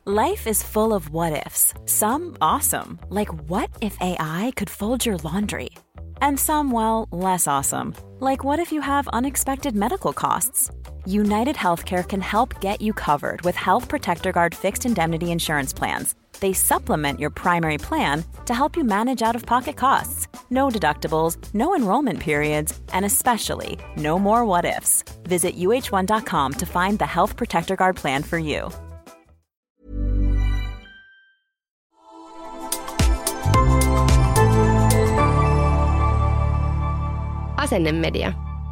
Life is full of what-ifs. Some awesome, like what if AI could fold your laundry? And some, well, less awesome, like what if you have unexpected medical costs? United Healthcare can help get you covered with Health Protector Guard fixed indemnity insurance plans. They supplement your primary plan to help you manage out-of-pocket costs. No deductibles, no enrollment periods, and especially no more what-ifs. Visit uh1.com to find the Health Protector Guard plan for you. Asennemedia.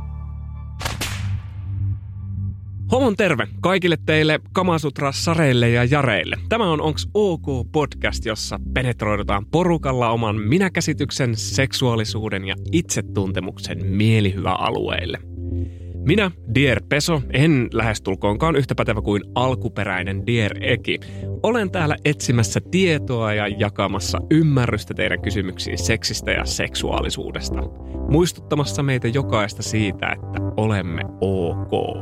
Homon terve kaikille teille Kamasutra-sareille ja jareille. Tämä on Onks OK podcast, jossa penetroidutaan porukalla oman minäkäsityksen, seksuaalisuuden ja itsetuntemuksen mielihyväalueille. Minä, Dear Peso, en lähestulkoonkaan yhtä pätevä kuin alkuperäinen Dear Eki. Olen täällä etsimässä tietoa ja jakamassa ymmärrystä teidän kysymyksiin seksistä ja seksuaalisuudesta. Muistuttamassa meitä jokaista siitä, että olemme OK.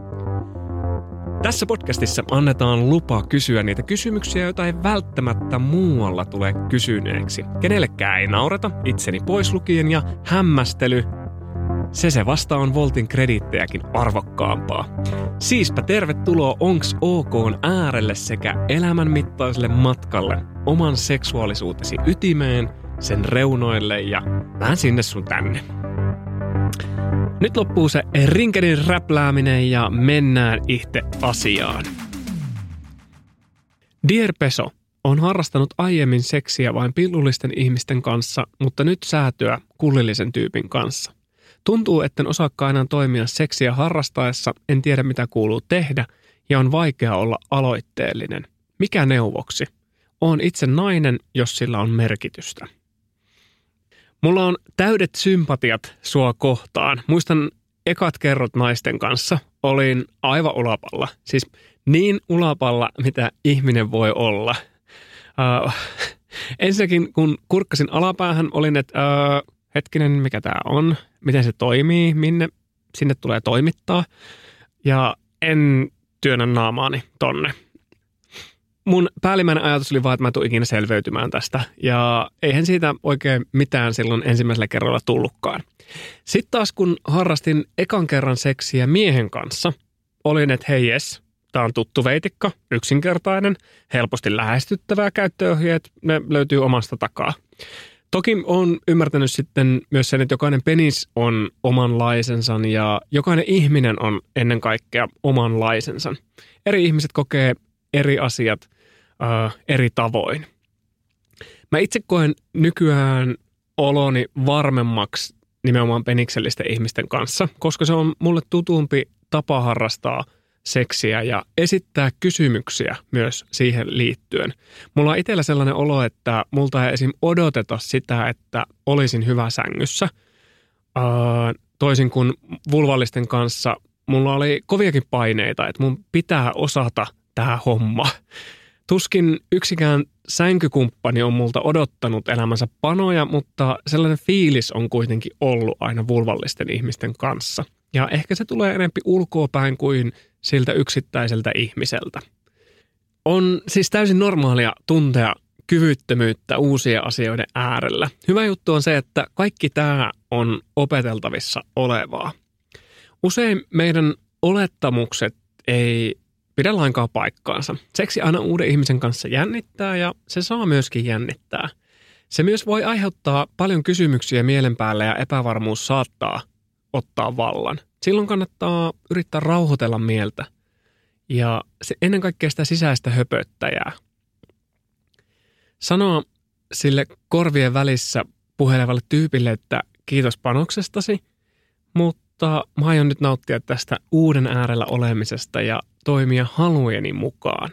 Tässä podcastissa annetaan lupa kysyä niitä kysymyksiä, joita ei välttämättä muualla tule kysyneeksi. Kenellekään ei naureta, itseni pois lukien, ja hämmästely, se vasta on Voltin krediittejäkin arvokkaampaa. Siispä tervetuloa Onks OK:n äärelle sekä elämänmittaiselle matkalle oman seksuaalisuutesi ytimeen, sen reunoille ja vähän sinne sun tänne. Nyt loppuu se rinkelin räplääminen ja mennään itse asiaan. Dear Peso on harrastanut aiemmin seksiä vain pillullisten ihmisten kanssa, mutta nyt säätyä kullillisen tyypin kanssa. Tuntuu, etten osaakaan enää toimia seksiä harrastaessa, en tiedä mitä kuuluu tehdä ja on vaikea olla aloitteellinen. Mikä neuvoksi? Oon itse nainen, jos sillä on merkitystä. Mulla on täydet sympatiat sua kohtaan. Muistan ekat kerrot naisten kanssa. Olin aivan ulapalla. Siis niin ulapalla, mitä ihminen voi olla. Ensinnäkin, kun kurkkasin alapäähän, olin, että hetkinen, mikä tää on? Miten se toimii? Minne sinne tulee toimittaa? Ja en työnnä naamaani tonne. Mun päällimmäinen ajatus oli vaan, että mä en tule ikinä selveytymään tästä. Ja eihän siitä oikein mitään silloin ensimmäisellä kerralla tullutkaan. Sitten taas kun harrastin ekan kerran seksiä miehen kanssa, olin, että hei jes, tää on tuttu veitikka, yksinkertainen, helposti lähestyttävää, käyttöohjeet, ne löytyy omasta takaa. Toki olen ymmärtänyt sitten myös sen, että jokainen penis on omanlaisensa ja jokainen ihminen on ennen kaikkea omanlaisensa. Eri ihmiset kokee eri asiat eri tavoin. Mä itse koen nykyään oloni varmemmaksi nimenomaan peniksellisten ihmisten kanssa, koska se on mulle tutumpi tapa harrastaa seksiä ja esittää kysymyksiä myös siihen liittyen. Mulla on itsellä sellainen olo, että multa ei esim. Odoteta sitä, että olisin hyvä sängyssä. Toisin kuin vulvallisten kanssa, mulla oli koviakin paineita, että mun pitää osata tämä homma. Tuskin yksikään sänkykumppani on multa odottanut elämänsä panoja, mutta sellainen fiilis on kuitenkin ollut aina vulvallisten ihmisten kanssa. Ja ehkä se tulee enemmän ulkoapäin kuin siltä yksittäiseltä ihmiseltä. On siis täysin normaalia tuntea kyvyttömyyttä uusien asioiden äärellä. Hyvä juttu on se, että kaikki tämä on opeteltavissa olevaa. Usein meidän olettamukset ei pidä lainkaan paikkaansa. Seksi aina uuden ihmisen kanssa jännittää ja se saa myöskin jännittää. Se myös voi aiheuttaa paljon kysymyksiä mielen päälle ja epävarmuus saattaa ottaa vallan. Silloin kannattaa yrittää rauhoitella mieltä ja ennen kaikkea sitä sisäistä höpöttäjää. Sanoa sille korvien välissä puhelevalle tyypille, että kiitos panoksestasi, mutta mä aion nyt nauttia tästä uuden äärellä olemisesta ja toimia halujeni mukaan.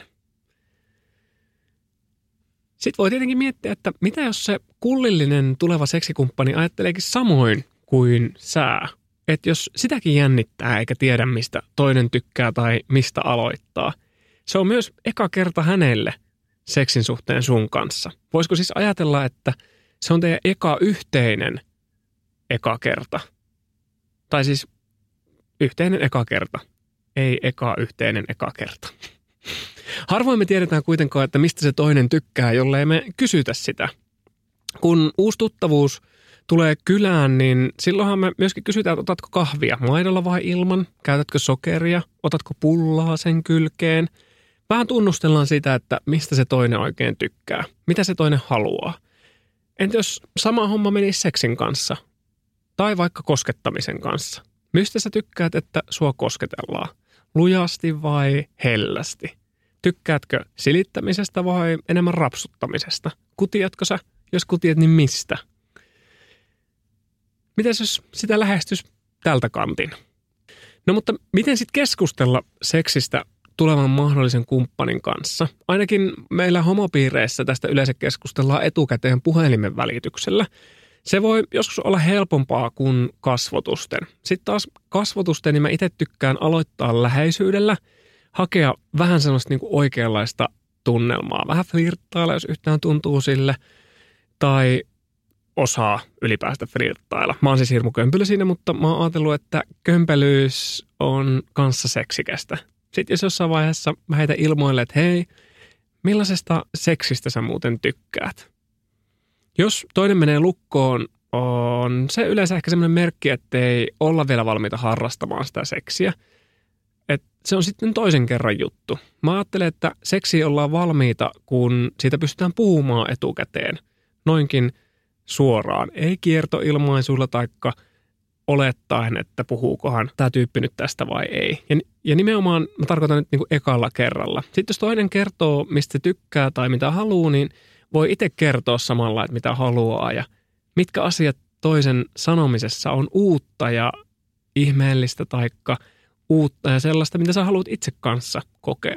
Sitten voi tietenkin miettiä, että mitä jos se kullillinen tuleva seksikumppani ajatteleekin samoin kuin sä. Että jos sitäkin jännittää eikä tiedä mistä toinen tykkää tai mistä aloittaa. Se on myös eka kerta hänelle seksin suhteen sun kanssa. Voisiko siis ajatella, että se on teidän eka yhteinen eka kerta? Tai siis yhteinen eka kerta. Ei eka yhteinen eka kerta. Harvoin me tiedetään kuitenkaan, että mistä se toinen tykkää, jollei me kysytä sitä. Kun uusi tuttavuus tulee kylään, niin silloinhan me myöskin kysytään, että otatko kahvia maidolla vai ilman, käytätkö sokeria, otatko pullaa sen kylkeen. Vähän tunnustellaan sitä, että mistä se toinen oikein tykkää, mitä se toinen haluaa. Entä jos sama homma menisi seksin kanssa tai vaikka koskettamisen kanssa? Mistä sä tykkäät, että sua kosketellaan? Lujasti vai hellästi? Tykkäätkö silittämisestä vai enemmän rapsuttamisesta? Kutiatko sä? Jos kutiat, niin mistä? Mitäs jos sitä lähestys tältä kantin? No mutta miten sitten keskustella seksistä tulevan mahdollisen kumppanin kanssa? Ainakin meillä homopiireissä tästä yleensä keskustellaan etukäteen puhelimen välityksellä. Se voi joskus olla helpompaa kuin kasvotusten. Sitten taas kasvotusten, niin mä itse tykkään aloittaa läheisyydellä, hakea vähän sellaista niin kuin oikeanlaista tunnelmaa. Vähän flirttailla, jos yhtään tuntuu sille, tai osaa ylipäästä flirttailla. Mä oon siis hirmu kömpelö siinä, mutta mä oon ajatellut, että kömpelyys on kanssa seksikästä. Sitten jos jossain vaiheessa mä heitä ilmoille, että hei, millaisesta seksistä sä muuten tykkäät? Jos toinen menee lukkoon, on se yleensä ehkä semmoinen merkki, että ei olla vielä valmiita harrastamaan sitä seksiä. Et se on sitten toisen kerran juttu. Mä ajattelen, että seksiä ollaan valmiita, kun siitä pystytään puhumaan etukäteen. Noinkin suoraan. Ei kiertoilmaisuilla taikka olettaen, että puhuukohan tämä tyyppi nyt tästä vai ei. Ja nimenomaan mä tarkoitan nyt niin kuin ekalla kerralla. Sitten jos toinen kertoo, mistä se tykkää tai mitä haluaa, niin voi itse kertoa samalla, että mitä haluaa ja mitkä asiat toisen sanomisessa on uutta ja ihmeellistä taikka uutta ja sellaista, mitä sä haluat itse kanssa kokea.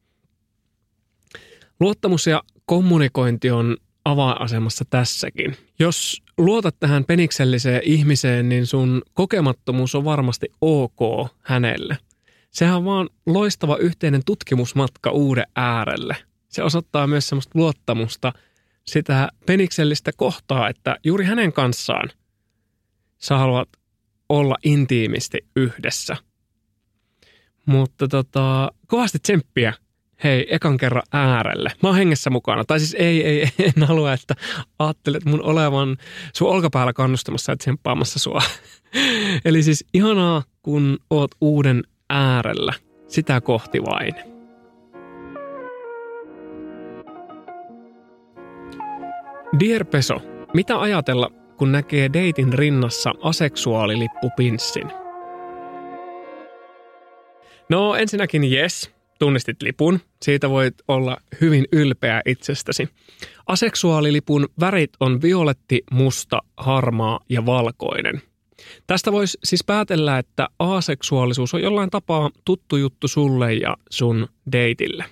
Luottamus ja kommunikointi on avainasemassa tässäkin. Jos luotat tähän penikselliseen ihmiseen, niin sun kokemattomuus on varmasti ok hänelle. Sehän on vaan loistava yhteinen tutkimusmatka uuden äärelle. Se osoittaa myös semmoista luottamusta sitä peniksellistä kohtaa, että juuri hänen kanssaan sä haluat olla intiimisti yhdessä. Mutta kovasti tsemppiä. Hei, ekan kerran äärelle. Mä oon hengessä mukana. Tai siis en halua, että ajattelet mun olevan sun olkapäällä kannustamassa ja tsemppaamassa sua. Eli siis ihanaa, kun oot uuden äärellä. Sitä kohti vain. Dear Peso, mitä ajatella, kun näkee deitin rinnassa aseksuaalilippupinssin? No ensinnäkin yes, tunnistit lipun. Siitä voit olla hyvin ylpeä itsestäsi. Aseksuaalilipun värit on violetti, musta, harmaa ja valkoinen. Tästä voisi siis päätellä, että aseksuaalisuus on jollain tapaa tuttu juttu sulle ja sun deitille.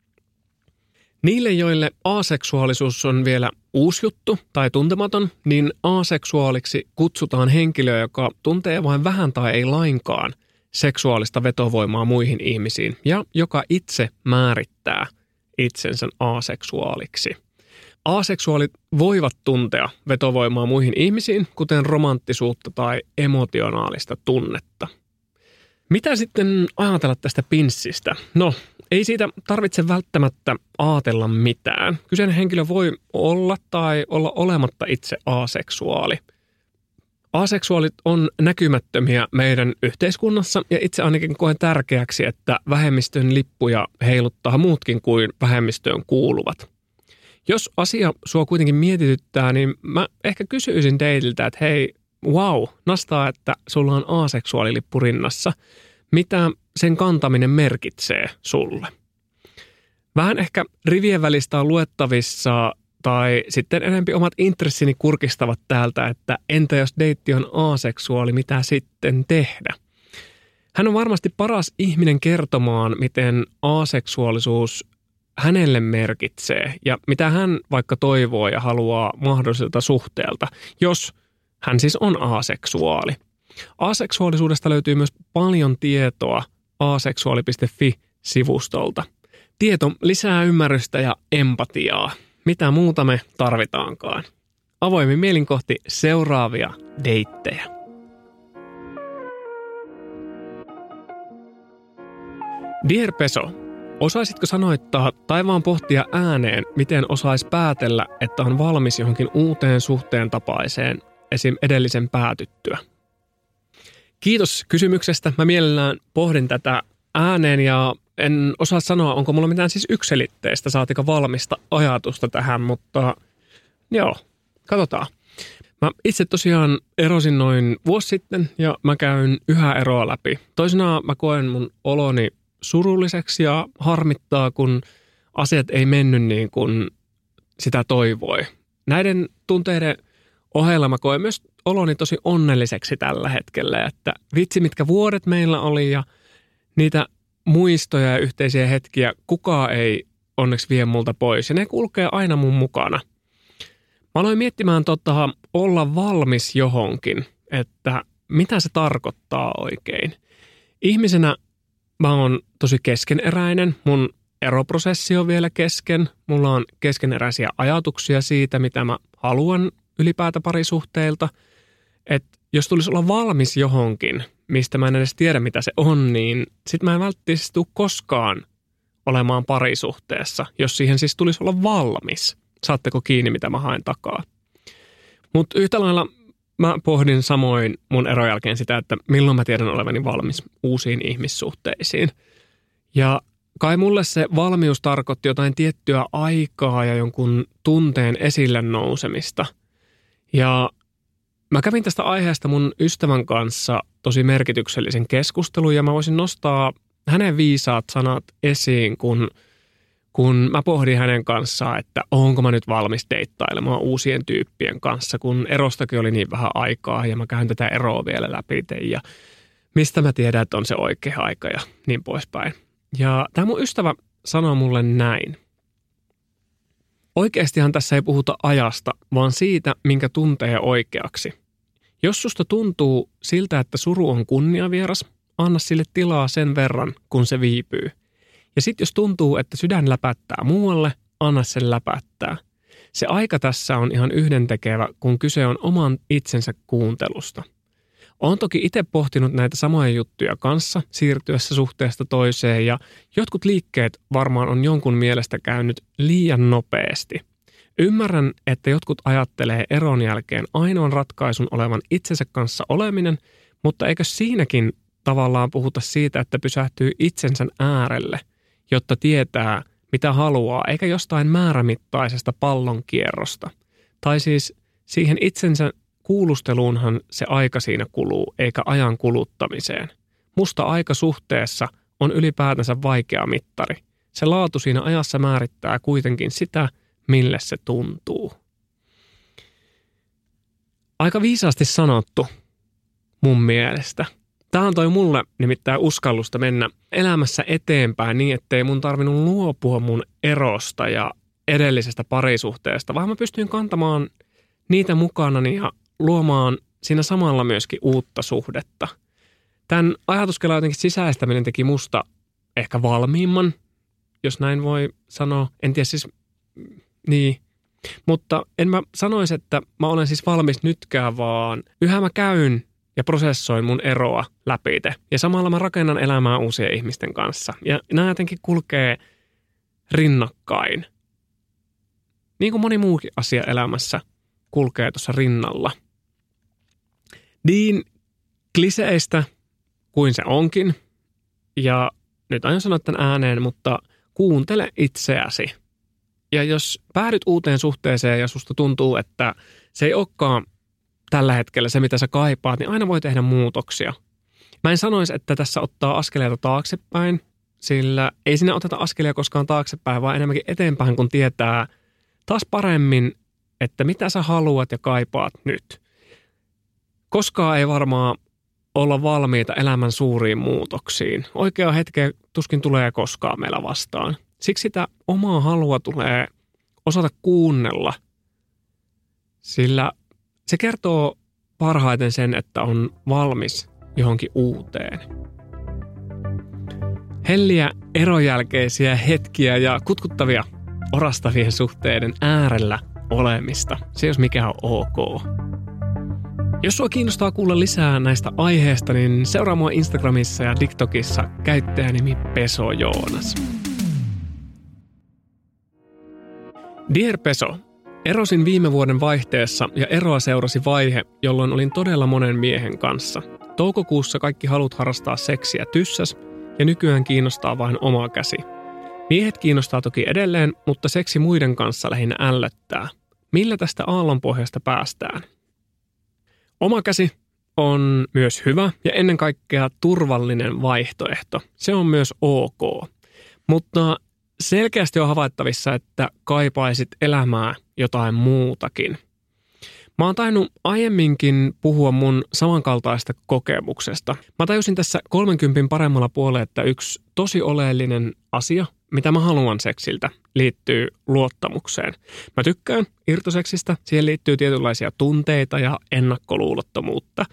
Niille, joille aseksuaalisuus on vielä uusi juttu tai tuntematon, niin aseksuaaliksi kutsutaan henkilöä, joka tuntee vain vähän tai ei lainkaan seksuaalista vetovoimaa muihin ihmisiin ja joka itse määrittää itsensä aseksuaaliksi. Aseksuaalit voivat tuntea vetovoimaa muihin ihmisiin, kuten romanttisuutta tai emotionaalista tunnetta. Mitä sitten ajatella tästä pinssistä? No, ei siitä tarvitse välttämättä ajatella mitään. Kyseinen henkilö voi olla tai olla olematta itse aseksuaali. Aseksuaalit on näkymättömiä meidän yhteiskunnassa ja itse ainakin koen tärkeäksi, että vähemmistön lippuja heiluttaa muutkin kuin vähemmistöön kuuluvat. Jos asia sua kuitenkin mietityttää, niin mä ehkä kysyisin deitiltä, että hei, wow, nastaa, että sulla on aseksuaalilippu rinnassa. Mitä sen kantaminen merkitsee sulle? Vähän ehkä rivien välistä on luettavissa tai sitten enemmän omat intressini kurkistavat täältä, että entä jos deitti on aseksuaali, mitä sitten tehdä? Hän on varmasti paras ihminen kertomaan, miten aseksuaalisuus hänelle merkitsee ja mitä hän vaikka toivoo ja haluaa mahdolliselta suhteelta, jos hän siis on aseksuaali. Aseksuaalisuudesta löytyy myös paljon tietoa aseksuaali.fi-sivustolta. Tieto lisää ymmärrystä ja empatiaa. Mitä muuta me tarvitaankaan? Avoimin mielin kohti seuraavia deittejä. Dear Peso, Osaisitko sanoittaa tai vaan pohtia ääneen, miten osais päätellä, että on valmis johonkin uuteen suhteen tapaiseen, esim. Edellisen päätyttyä? Kiitos kysymyksestä. Mä mielellään pohdin tätä ääneen ja en osaa sanoa, onko mulla mitään siis yksiselitteistä saatika valmista ajatusta tähän, mutta joo, katsotaan. Mä itse tosiaan erosin noin vuosi sitten ja mä käyn yhä eroa läpi. Toisinaan mä koen mun oloni surulliseksi ja harmittaa, kun asiat ei mennyt niin kuin sitä toivoi. Näiden tunteiden ohella mä koen myös oloni tosi onnelliseksi tällä hetkellä, että vitsi mitkä vuodet meillä oli ja niitä muistoja ja yhteisiä hetkiä kukaan ei onneksi vie multa pois ja ne kulkee aina mun mukana. Mä aloin miettimään olla valmis johonkin, että mitä se tarkoittaa oikein. Ihmisenä mä oon tosi keskeneräinen, mun eroprosessi on vielä kesken, mulla on keskeneräisiä ajatuksia siitä, mitä mä haluan ylipäätä parisuhteilta. Että jos tulisi olla valmis johonkin, mistä mä en edes tiedä mitä se on, niin sit mä en välttämättä tule koskaan olemaan parisuhteessa, jos siihen siis tulisi olla valmis. Saatteko kiinni, mitä mä haen takaa? Mutta yhtä lailla mä pohdin samoin mun eron jälkeen sitä, että milloin mä tiedän olevani valmis uusiin ihmissuhteisiin. Ja kai mulle se valmius tarkoitti jotain tiettyä aikaa ja jonkun tunteen esille nousemista. Ja mä kävin tästä aiheesta mun ystävän kanssa tosi merkityksellisen keskustelun ja mä voisin nostaa hänen viisaat sanat esiin, kun mä pohdin hänen kanssaan, että onko mä nyt valmis deittailemaan uusien tyyppien kanssa, kun erostakin oli niin vähän aikaa ja mä käyn tätä eroa vielä läpi ja mistä mä tiedän, että on se oikea aika ja niin poispäin. Ja tämä mun ystävä sanoi mulle näin. Oikeastihan tässä ei puhuta ajasta, vaan siitä, minkä tuntee oikeaksi. Jos susta tuntuu siltä, että suru on kunniavieras, anna sille tilaa sen verran, kun se viipyy. Ja sitten jos tuntuu, että sydän läpättää muualle, anna sen läpättää. Se aika tässä on ihan yhdentekevä, kun kyse on oman itsensä kuuntelusta. Olen toki itse pohtinut näitä samoja juttuja kanssa siirtyessä suhteesta toiseen ja jotkut liikkeet varmaan on jonkun mielestä käynyt liian nopeasti. Ymmärrän, että jotkut ajattelee eron jälkeen ainoan ratkaisun olevan itsensä kanssa oleminen, mutta eikö siinäkin tavallaan puhuta siitä, että pysähtyy itsensä äärelle, jotta tietää, mitä haluaa, eikä jostain määrämittaisesta pallonkierrosta. Tai siis siihen itsensä kuulusteluunhan se aika siinä kuluu, eikä ajan kuluttamiseen. Musta aika suhteessa on ylipäätänsä vaikea mittari. Se laatu siinä ajassa määrittää kuitenkin sitä, mille se tuntuu. Aika viisaasti sanottu mun mielestä. Tämä antoi mulle nimittäin uskallusta mennä elämässä eteenpäin niin, ettei mun tarvinnut luopua mun erosta ja edellisestä parisuhteesta, vaan mä pystyin kantamaan niitä mukanani ja luomaan siinä samalla myöskin uutta suhdetta. Tämän ajatuskelan jotenkin sisäistäminen teki musta ehkä valmiimman, jos näin voi sanoa. En tiedä siis, niin. Mutta en mä sanoisi, että mä olen siis valmis nytkään, vaan yhä mä käyn ja prosessoin mun eroa läpite. Ja samalla mä rakennan elämää uusien ihmisten kanssa. Ja nämä jotenkin kulkee rinnakkain. Niin kuin moni muukin asia elämässä kulkee tuossa rinnalla. Niin kliseistä kuin se onkin. Ja nyt aion sanoa tämän ääneen, mutta kuuntele itseäsi. Ja jos päädyt uuteen suhteeseen ja susta tuntuu, että se ei olekaan tällä hetkellä se, mitä sä kaipaat, niin aina voi tehdä muutoksia. Mä en sanoisi, että tässä ottaa askeleita taaksepäin, sillä ei sinne oteta askelia koskaan taaksepäin, vaan enemmänkin eteenpäin, kun tietää taas paremmin, että mitä sä haluat ja kaipaat nyt. Koskaan ei varmaan olla valmiita elämän suuriin muutoksiin. Oikea hetkeä tuskin tulee koskaan meillä vastaan. Siksi sitä omaa halua tulee osata kuunnella, sillä se kertoo parhaiten sen, että on valmis johonkin uuteen. Helliä eron jälkeisiä hetkiä ja kutkuttavia orastavien suhteiden äärellä olemista. Se jos mikä on ok. Jos sua kiinnostaa kuulla lisää näistä aiheista, niin seuraa mua Instagramissa ja TikTokissa käyttäjänimi Peso Joonas. Dear Peso, erosin viime vuoden vaihteessa ja eroa seurasi vaihe, jolloin olin todella monen miehen kanssa. Toukokuussa kaikki halut harrastaa seksiä tyssäs ja nykyään kiinnostaa vain oma käsi. Miehet kiinnostaa toki edelleen, mutta seksi muiden kanssa lähinnä ällöttää. Millä tästä aallonpohjasta päästään? Oma käsi on myös hyvä ja ennen kaikkea turvallinen vaihtoehto. Se on myös ok. Mutta selkeästi on havaittavissa, että kaipaisit elämää jotain muutakin. Mä oon tainnut aiemminkin puhua mun samankaltaista kokemuksesta. Mä tajusin tässä 30 paremmalla puolella, että yksi tosi oleellinen asia, mitä mä haluan seksiltä, liittyy luottamukseen. Mä tykkään irtoseksistä, siihen liittyy tietynlaisia tunteita ja ennakkoluulottomuutta,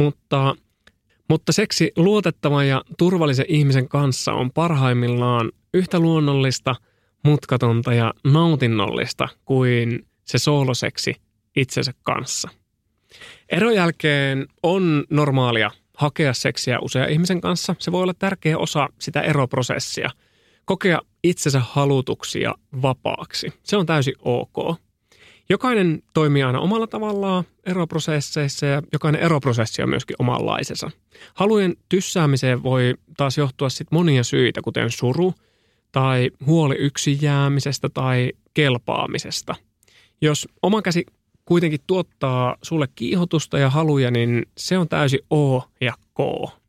mutta seksi luotettavan ja turvallisen ihmisen kanssa on parhaimmillaan yhtä luonnollista, mutkatonta ja nautinnollista kuin se sooloseksi itsensä kanssa. Eron jälkeen on normaalia hakea seksiä usean ihmisen kanssa. Se voi olla tärkeä osa sitä eroprosessia. Kokea itsensä halutuksi ja vapaaksi. Se on täysin ok. Jokainen toimii aina omalla tavallaan eroprosesseissa ja jokainen eroprosessi on myöskin omanlaisensa. Halujen tyssäämiseen voi taas johtua sit monia syitä, kuten suru tai huoli yksin jäämisestä tai kelpaamisesta. Jos oma käsi kuitenkin tuottaa sulle kiihotusta ja haluja, niin se on täysin O ja K.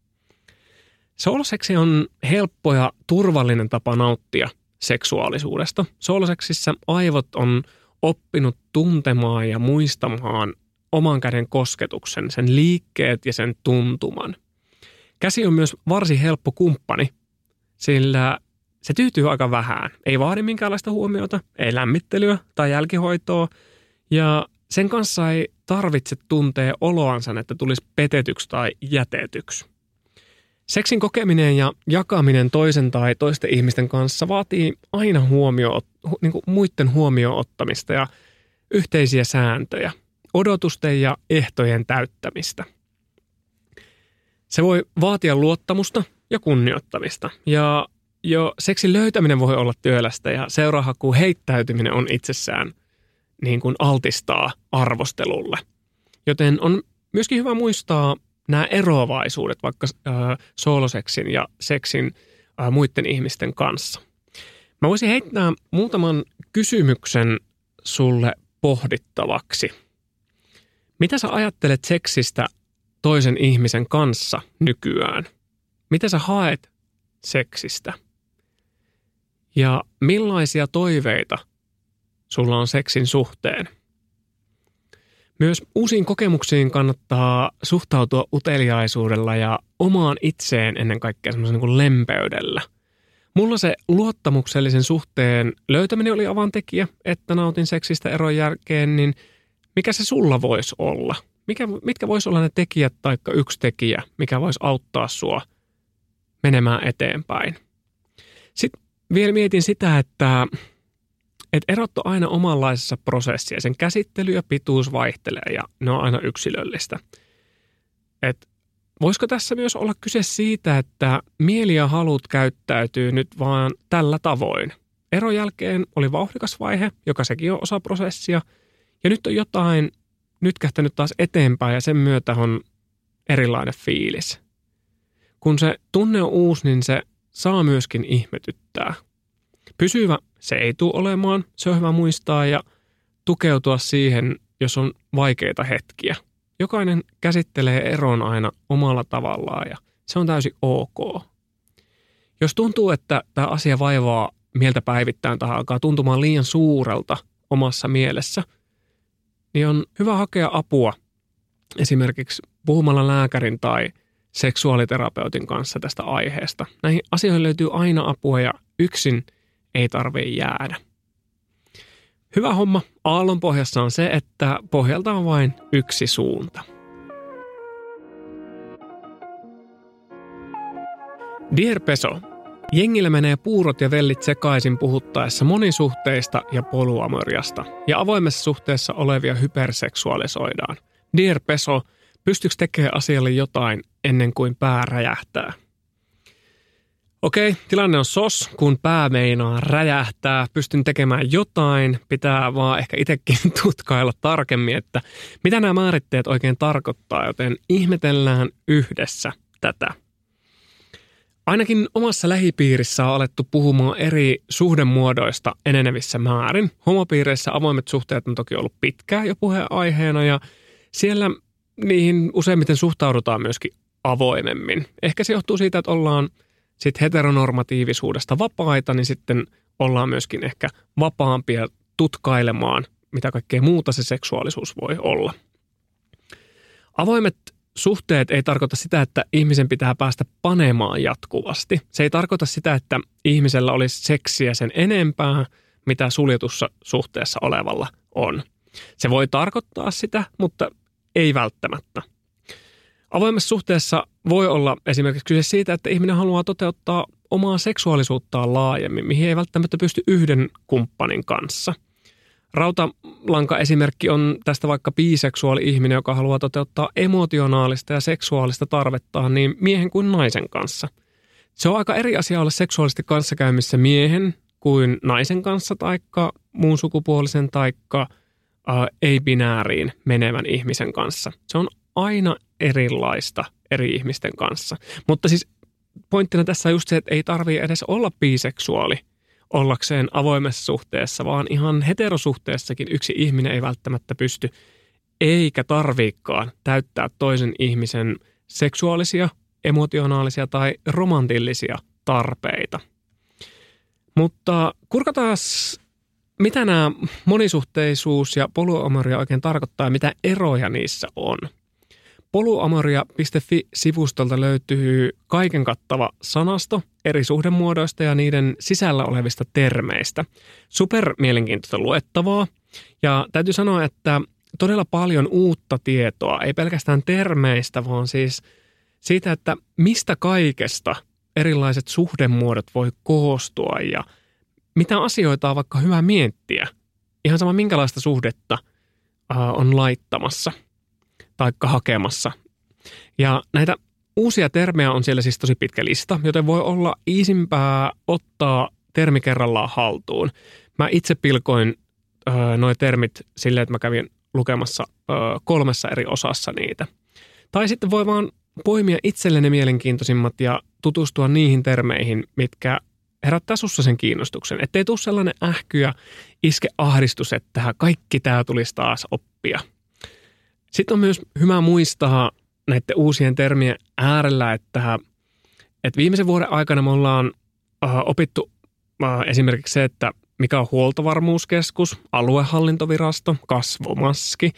Sooloseksi on helppo ja turvallinen tapa nauttia seksuaalisuudesta. Sooloseksissä aivot on oppinut tuntemaan ja muistamaan oman käden kosketuksen, sen liikkeet ja sen tuntuman. Käsi on myös varsin helppo kumppani, sillä se tyytyy aika vähän. Ei vaadi minkäänlaista huomiota, ei lämmittelyä tai jälkihoitoa ja sen kanssa ei tarvitse tuntea oloansa, että tulisi petetyksi tai jätetyksi. Seksin kokeminen ja jakaminen toisen tai toisten ihmisten kanssa vaatii aina muiden huomioon ottamista ja yhteisiä sääntöjä, odotusten ja ehtojen täyttämistä. Se voi vaatia luottamusta ja kunnioittamista. Ja jo seksin löytäminen voi olla työlästä ja seurahakuun heittäytyminen on itsessään niin kuin altistaa arvostelulle. Joten on myöskin hyvä muistaa nämä eroavaisuudet vaikka sooloseksin ja seksin muiden ihmisten kanssa. Mä voisin heittää muutaman kysymyksen sulle pohdittavaksi. Mitä sä ajattelet seksistä toisen ihmisen kanssa nykyään? Mitä sä haet seksistä? Ja millaisia toiveita sulla on seksin suhteen? Myös uusiin kokemuksiin kannattaa suhtautua uteliaisuudella ja omaan itseen ennen kaikkea semmoisen niin kuin lempeydellä. Mulla se luottamuksellisen suhteen löytäminen oli avaintekijä, että nautin seksistä eron jälkeen, niin mikä se sulla voisi olla? Mitkä voisi olla ne tekijät tai yksi tekijä, mikä voisi auttaa sua menemään eteenpäin? Sitten vielä mietin sitä, että erot on aina omanlaisessa prosessia. Sen käsittely ja pituus vaihtelee ja ne on aina yksilöllistä. Voisiko tässä myös olla kyse siitä, että mieli ja halut käyttäytyy nyt vaan tällä tavoin? Eron jälkeen oli vauhdikas vaihe, joka sekin on osa prosessia. Ja nyt on jotain nytkähtänyt taas eteenpäin ja sen myötä on erilainen fiilis. Kun se tunne on uusi, niin se saa myöskin ihmetyttää. Pysyvä se ei tule olemaan, se on hyvä muistaa ja tukeutua siihen, jos on vaikeita hetkiä. Jokainen käsittelee eron aina omalla tavallaan ja se on täysin ok. Jos tuntuu, että tämä asia vaivaa mieltä päivittäin tai alkaa tuntumaan liian suurelta omassa mielessä, niin on hyvä hakea apua esimerkiksi puhumalla lääkärin tai seksuaaliterapeutin kanssa tästä aiheesta. Näihin asioihin löytyy aina apua ja yksin ei tarvitse jäädä. Hyvä homma aallonpohjassa on se, että pohjalta on vain yksi suunta. Dear Peso, jengillä menee puurot ja vellit sekaisin puhuttaessa monisuhteista ja polyamoriasta, ja avoimessa suhteessa olevia hyperseksuaalisoidaan. Dear Peso, pystyykö tekemään asialle jotain ennen kuin pää räjähtää? Okei, tilanne on sos, kun pää meinaa räjähtää, pystyn tekemään jotain, pitää vaan ehkä itsekin tutkailla tarkemmin, että mitä nämä määritteet oikein tarkoittaa, joten ihmetellään yhdessä tätä. Ainakin omassa lähipiirissä on alettu puhumaan eri suhdemuodoista enenevissä määrin. Homopiireissä avoimet suhteet on toki ollut pitkään jo puheenaiheena ja siellä niihin useimmiten suhtaudutaan myöskin avoimemmin. Ehkä se johtuu siitä, että ollaan sitten heteronormatiivisuudesta vapaita, niin sitten ollaan myöskin ehkä vapaampia tutkailemaan, mitä kaikkea muuta se seksuaalisuus voi olla. Avoimet suhteet ei tarkoita sitä, että ihmisen pitää päästä panemaan jatkuvasti. Se ei tarkoita sitä, että ihmisellä olisi seksiä sen enempää, mitä suljetussa suhteessa olevalla on. Se voi tarkoittaa sitä, mutta ei välttämättä. Avoimessa suhteessa voi olla esimerkiksi kyse siitä, että ihminen haluaa toteuttaa omaa seksuaalisuuttaan laajemmin, mihin ei välttämättä pysty yhden kumppanin kanssa. Rautalanka-esimerkki on tästä vaikka biseksuaali-ihminen, joka haluaa toteuttaa emotionaalista ja seksuaalista tarvettaan niin miehen kuin naisen kanssa. Se on aika eri asia olla seksuaalisesti kanssakäymissä miehen kuin naisen kanssa taikka muun sukupuolisen taikka ei-binääriin menevän ihmisen kanssa. Se on aina erilaista eri ihmisten kanssa. Mutta siis pointtina tässä on just se, että ei tarvitse edes olla biseksuaali ollakseen avoimessa suhteessa, vaan ihan heterosuhteessakin yksi ihminen ei välttämättä pysty eikä tarviikaan täyttää toisen ihmisen seksuaalisia, emotionaalisia tai romantillisia tarpeita. Mutta kurkataan, mitä nämä monisuhteisuus ja polyamoria oikein tarkoittaa ja mitä eroja niissä on. Polyamoria.fi-sivustolta löytyy kaiken kattava sanasto eri suhdemuodoista ja niiden sisällä olevista termeistä. Super mielenkiintoista luettavaa ja täytyy sanoa, että todella paljon uutta tietoa, ei pelkästään termeistä, vaan siis siitä, että mistä kaikesta erilaiset suhdemuodot voi koostua ja mitä asioita on vaikka hyvä miettiä. Ihan sama minkälaista suhdetta on laittamassa taikka hakemassa. Ja näitä uusia termejä on siellä siis tosi pitkä lista, joten voi olla iisimpää ottaa termi kerrallaan haltuun. Mä itse pilkoin nuo termit silleen, että mä kävin lukemassa 3 eri osassa niitä. Tai sitten voi vaan poimia itselleni mielenkiintoisimmat ja tutustua niihin termeihin, mitkä herättää sussa sen kiinnostuksen. Ettei tule sellainen ähky ja iske ahdistus, että kaikki tää tulisi taas oppia. Sitten on myös hyvä muistaa näiden uusien termien äärellä, että viimeisen vuoden aikana me ollaan opittu esimerkiksi se, että mikä on huoltovarmuuskeskus, aluehallintovirasto, kasvomaski,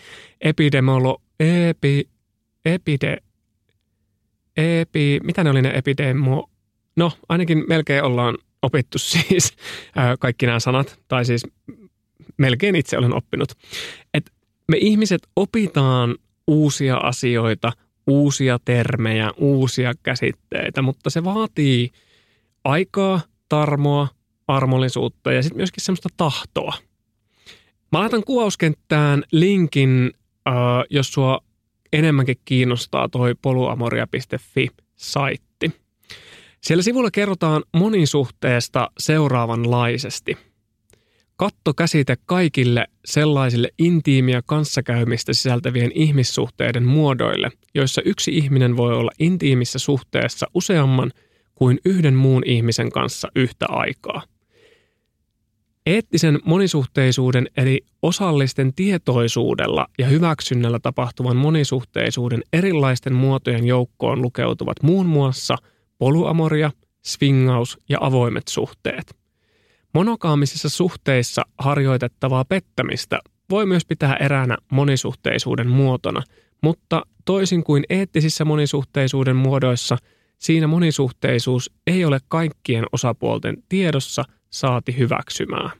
mitä ne oli ne no ainakin melkein ollaan opittu siis kaikki nämä sanat, tai siis melkein itse olen oppinut. Että me ihmiset opitaan uusia asioita, uusia termejä, uusia käsitteitä, mutta se vaatii aikaa, tarmoa, armollisuutta ja sitten myöskin semmoista tahtoa. Mä laitan kuvauskenttään linkin, jos sua enemmänkin kiinnostaa toi polyamoria.fi-saitti. Siellä sivulla kerrotaan monisuhteesta seuraavanlaisesti. Kattokäsite kaikille sellaisille intiimiä kanssakäymistä sisältävien ihmissuhteiden muodoille, joissa yksi ihminen voi olla intiimissä suhteessa useamman kuin yhden muun ihmisen kanssa yhtä aikaa. Eettisen monisuhteisuuden eli osallisten tietoisuudella ja hyväksynnällä tapahtuvan monisuhteisuuden erilaisten muotojen joukkoon lukeutuvat muun muassa polyamoria, swingaus ja avoimet suhteet. Monogaamisissa suhteissa harjoitettavaa pettämistä voi myös pitää eräänä monisuhteisuuden muotona, mutta toisin kuin eettisissä monisuhteisuuden muodoissa, siinä monisuhteisuus ei ole kaikkien osapuolten tiedossa saati hyväksymää.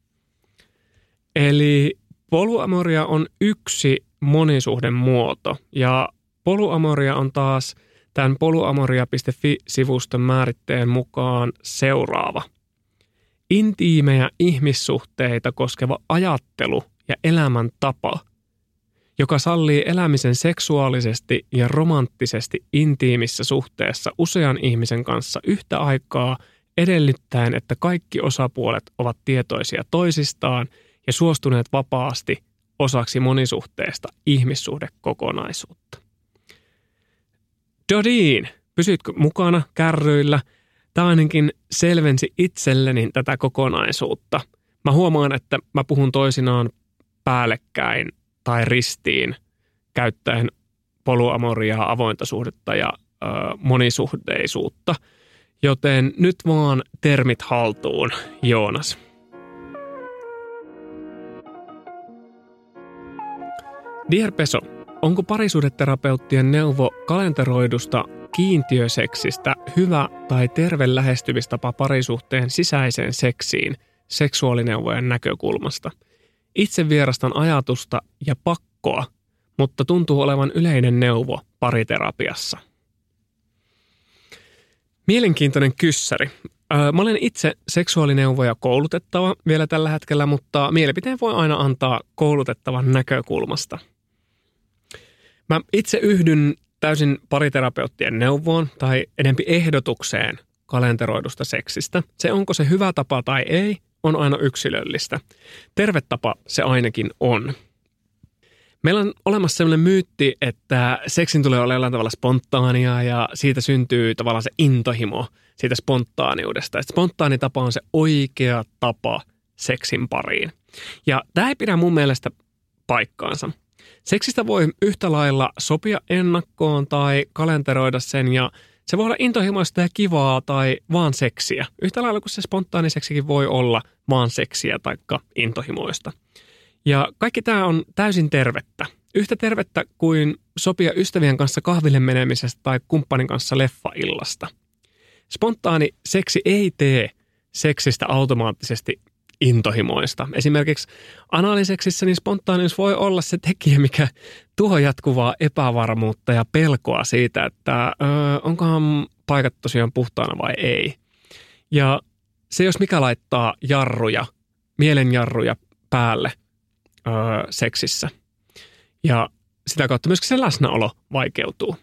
Eli polyamoria on yksi monisuhdemuoto ja polyamoria on taas tämän polyamoria.fi-sivuston määritteen mukaan seuraava. Intiimejä ihmissuhteita koskeva ajattelu ja elämäntapa, joka sallii elämisen seksuaalisesti ja romanttisesti intiimissä suhteessa usean ihmisen kanssa yhtä aikaa edellyttäen, että kaikki osapuolet ovat tietoisia toisistaan ja suostuneet vapaasti osaksi monisuhteesta ihmissuhdekokonaisuutta. Dodin, pysytkö mukana kärryillä? Tämä ainakin selvensi itselleni tätä kokonaisuutta. Mä huomaan, että mä puhun toisinaan päällekkäin tai ristiin käyttäen polyamoriaa, avointa suhdetta ja monisuhteisuutta. Joten nyt vaan termit haltuun, Joonas. Dear Peso, onko parisuhdeterapeuttien neuvo kalenteroidusta kiintiöseksistä hyvä tai terve lähestymistapa parisuhteen sisäiseen seksiin seksuaalineuvojen näkökulmasta? Itse vierastan ajatusta ja pakkoa, mutta tuntuu olevan yleinen neuvo pariterapiassa. Mielenkiintoinen kyssäri. Mä olen itse seksuaalineuvoja koulutettava vielä tällä hetkellä, mutta mielipiteen voi aina antaa koulutettavan näkökulmasta. Mä itse yhdyn täysin pariterapeuttien neuvoon tai enempi ehdotukseen kalenteroidusta seksistä. Se, onko se hyvä tapa tai ei, on aina yksilöllistä. Terve tapa se ainakin on. Meillä on olemassa sellainen myytti, että seksin tulee olla jollain tavalla spontaania ja siitä syntyy tavallaan se intohimo siitä spontaaniudesta. Että spontaani tapa on se oikea tapa seksin pariin. Ja tämä ei pidä mun mielestä paikkaansa. Seksistä voi yhtä lailla sopia ennakkoon tai kalenteroida sen ja se voi olla intohimoista ja kivaa tai vaan seksiä. Yhtä lailla kuin se spontaani seksikin voi olla vaan seksiä tai intohimoista. Ja kaikki tämä on täysin tervettä. Yhtä tervettä kuin sopia ystävien kanssa kahville menemisestä tai kumppanin kanssa leffaillasta. Spontaani seksi ei tee seksistä automaattisesti intohimoista. Esimerkiksi anaaliseksissä niin spontaanius voi olla se tekijä, mikä tuo jatkuvaa epävarmuutta ja pelkoa siitä, että onkohan paikat tosiaan puhtaana vai ei. Ja se jos mikä laittaa jarruja, mielenjarruja päälle seksissä. Ja sitä kautta myöskin se läsnäolo vaikeutuu.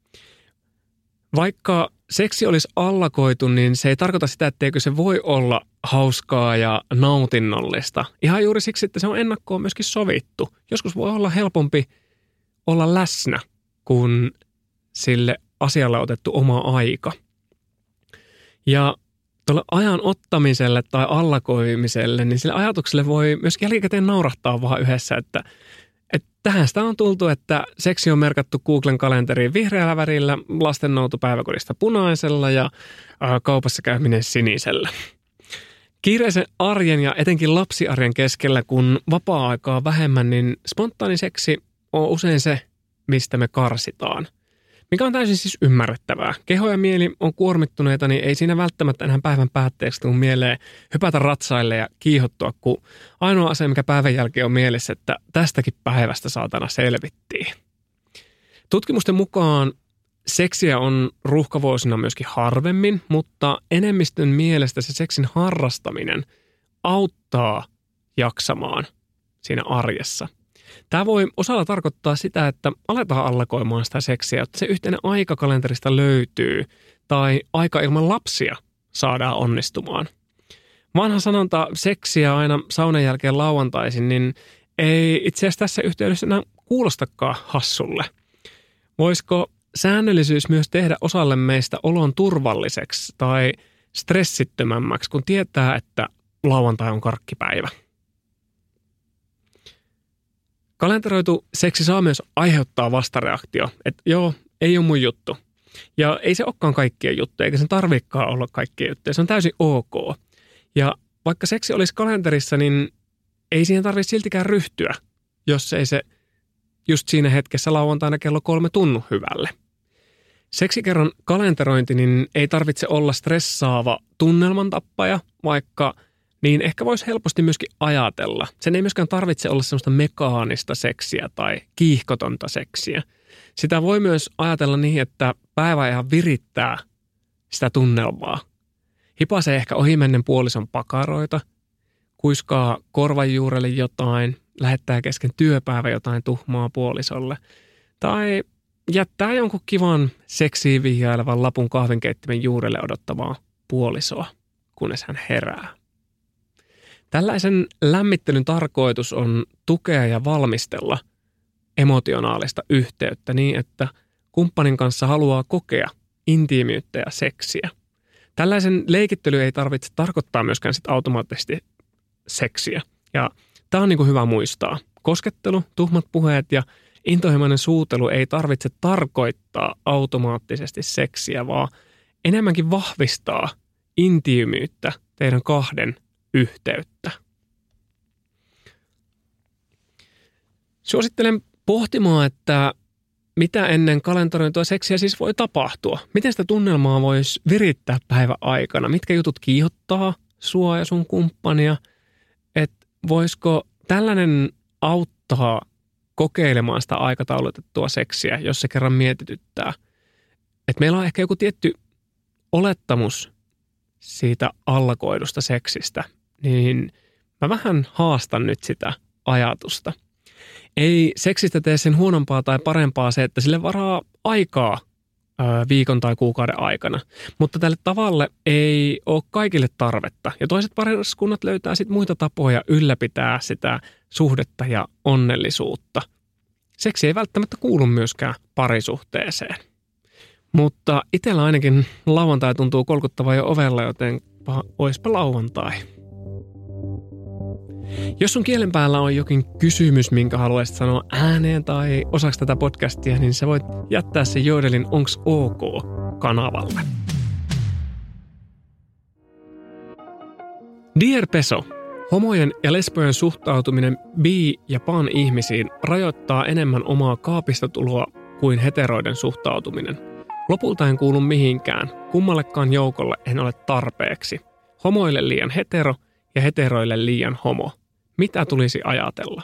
Vaikka seksi olisi allakoitu, niin se ei tarkoita sitä, etteikö se voi olla hauskaa ja nautinnollista. Ihan juuri siksi, että se on ennakkoon myöskin sovittu. Joskus voi olla helpompi olla läsnä, kun sille asialle otettu oma aika. Ja tuolle ajan ottamiselle tai allakoimiselle, niin sille ajatukselle voi myös jälkikäteen naurahtaa vaan yhdessä, että tähän sitä on tultu, että seksi on merkattu Googlen kalenteriin vihreällä värillä, lastennouto päiväkodista punaisella ja kaupassa käyminen sinisellä. Kiireisen arjen ja etenkin lapsiarjen keskellä, kun vapaa-aikaa vähemmän, niin spontaani seksi on usein se, mistä me karsitaan. Mikä on täysin siis ymmärrettävää. Keho ja mieli on kuormittuneita, niin ei siinä välttämättä enää päivän päätteeksi tule mieleen hypätä ratsaille ja kiihottua, kun ainoa asia, mikä päivän jälkeen on mielessä, että tästäkin päivästä saatana selvittiin. Tutkimusten mukaan seksiä on ruuhkavuosina myöskin harvemmin, mutta enemmistön mielestä se seksin harrastaminen auttaa jaksamaan siinä arjessa. Tämä voi osalla tarkoittaa sitä, että aletaan allakoimaan sitä seksiä, että se yhteinen aika kalenterista löytyy tai aika ilman lapsia saadaan onnistumaan. Vanha sanonta seksiä aina saunan jälkeen lauantaisin, niin ei itse asiassa tässä yhteydessä enää kuulostakaan hassulle. Voisiko säännöllisyys myös tehdä osalle meistä olon turvalliseksi tai stressittömämmäksi, kun tietää, että lauantai on karkkipäivä? Kalenteroitu seksi saa myös aiheuttaa vastareaktio, että joo, ei ole mun juttu. Ja ei se olekaan kaikkien juttu, eikä sen tarvitsekaan olla kaikkien juttuja. Se on täysin ok. Ja vaikka seksi olisi kalenterissa, niin ei siihen tarvitse siltikään ryhtyä, jos ei se just siinä hetkessä lauantaina kello 3 tunnu hyvälle. Seksikerran kalenterointi niin ei tarvitse olla stressaava tunnelmantappaja, vaikka niin ehkä voisi helposti myöskin ajatella. Sen ei myöskään tarvitse olla semmoista mekaanista seksiä tai kiihkotonta seksiä. Sitä voi myös ajatella niin, että päivä ihan virittää sitä tunnelmaa. Hipasee ehkä ohimennen puolison pakaroita, kuiskaa korvan juurelle jotain, lähettää kesken työpäivä jotain tuhmaa puolisolle. Tai jättää jonkun kivan seksiin vihjailevan lapun kahvinkeittimen juurelle odottamaan puolisoa, kunnes hän herää. Tällaisen lämmittelyn tarkoitus on tukea ja valmistella emotionaalista yhteyttä niin, että kumppanin kanssa haluaa kokea intiimiyttä ja seksiä. Tällaisen leikittely ei tarvitse tarkoittaa myöskään sit automaattisesti seksiä. Ja tämä on niin kuin hyvä muistaa. Koskettelu, tuhmat puheet ja intohimoinen suutelu ei tarvitse tarkoittaa automaattisesti seksiä, vaan enemmänkin vahvistaa intiimiyttä teidän kahden yhteyttä. Suosittelen pohtimaan, että mitä ennen kalenteroitua seksiä siis voi tapahtua. Miten sitä tunnelmaa voisi virittää päivän aikana? Mitkä jutut kiihottaa sua ja sun kumppania? Että voisiko tällainen auttaa kokeilemaan sitä aikataulutettua seksiä, jos se kerran mietityttää? Että meillä on ehkä joku tietty olettamus siitä allakoidusta seksistä, niin mä vähän haastan nyt sitä ajatusta. Ei seksistä tee sen huonompaa tai parempaa se, että sille varaa aikaa viikon tai kuukauden aikana. Mutta tälle tavalle ei ole kaikille tarvetta. Ja toiset pariskunnat löytää sitten muita tapoja ylläpitää sitä suhdetta ja onnellisuutta. Seksi ei välttämättä kuulu myöskään parisuhteeseen. Mutta itsellä ainakin lauantai tuntuu kolkuttavan jo ovella, joten oispa lauantai. Jos sun kielen päällä on jokin kysymys, minkä haluaisit sanoa ääneen tai osaksi tätä podcastia, niin sä voit jättää se Jodelin Onks OK -kanavalle. Dear Peso, homojen ja lesbojen suhtautuminen bi- ja pan-ihmisiin rajoittaa enemmän omaa kaapista tuloa kuin heteroiden suhtautuminen. Lopulta en kuulu mihinkään, kummallekaan joukolle en ole tarpeeksi. Homoille liian hetero ja heteroille liian homo. Mitä tulisi ajatella?